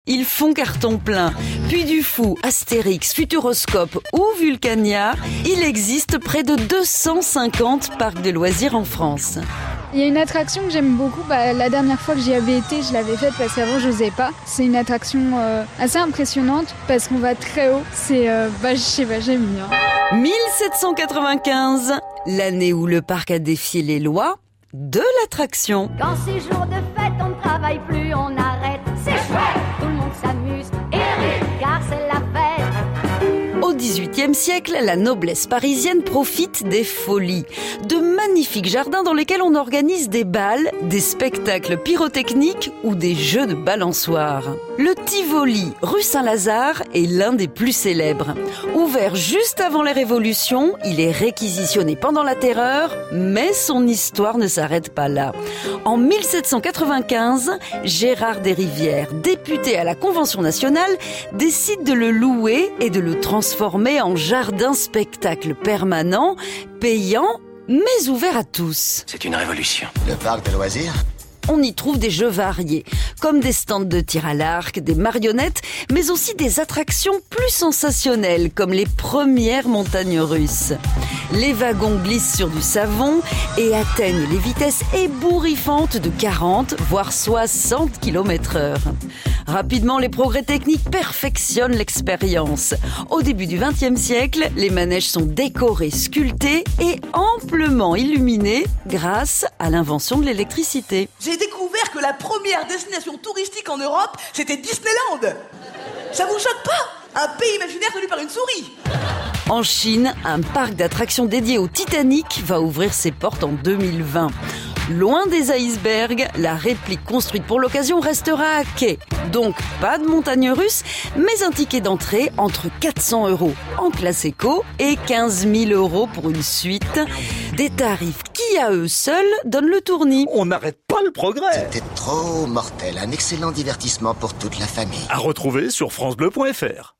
Ils font carton plein. Puy du Fou, Astérix, Futuroscope ou Vulcania, il existe près de 250 parcs de loisirs en France. Il y a une attraction que j'aime beaucoup. La dernière fois que j'y avais été, je l'avais faite parce qu'avant je n'osais pas. C'est une attraction assez impressionnante parce qu'on va très haut. Je sais pas, j'aime bien. 1795, l'année où le parc a défié les lois de l'attraction. Quand c'est jour de fête, on ne travaille plus, on arrête. C'est chouette, tout le monde s'amuse et rit, car c'est la fête. Au XVIIIe siècle, la noblesse parisienne profite des folies, de magnifiques jardins dans lesquels on organise des bals, des spectacles pyrotechniques ou des jeux de balançoires. Le Tivoli, rue Saint-Lazare, est l'un des plus célèbres. Ouvert juste avant la Révolution, il est réquisitionné pendant la Terreur, mais son histoire ne s'arrête pas là. En 1795, Gérard Desrivières, député à la Convention nationale, décide de le louer et de le transformer en jardin-spectacle permanent, payant, mais ouvert à tous. C'est une révolution. Le parc de loisirs ? On y trouve des jeux variés, comme des stands de tir à l'arc, des marionnettes, mais aussi des attractions plus sensationnelles, comme les premières montagnes russes. Les wagons glissent sur du savon et atteignent les vitesses ébouriffantes de 40, voire 60 km/h. Rapidement, les progrès techniques perfectionnent l'expérience. Au début du XXe siècle, les manèges sont décorés, sculptés et amplement illuminés grâce à l'invention de l'électricité. J'ai découvert que la première destination touristique en Europe, c'était Disneyland. Ça vous choque pas ? Un pays imaginaire tenu par une souris. En Chine, un parc d'attractions dédié au Titanic va ouvrir ses portes en 2020. Loin des icebergs, la réplique construite pour l'occasion restera à quai. Donc pas de montagne russe, mais un ticket d'entrée entre 400 € en classe éco et 15 000 € pour une suite. Des tarifs qui, à eux seuls, donnent le tournis. On n'arrête pas le progrès. C'était trop mortel, un excellent divertissement pour toute la famille. À retrouver sur francebleu.fr.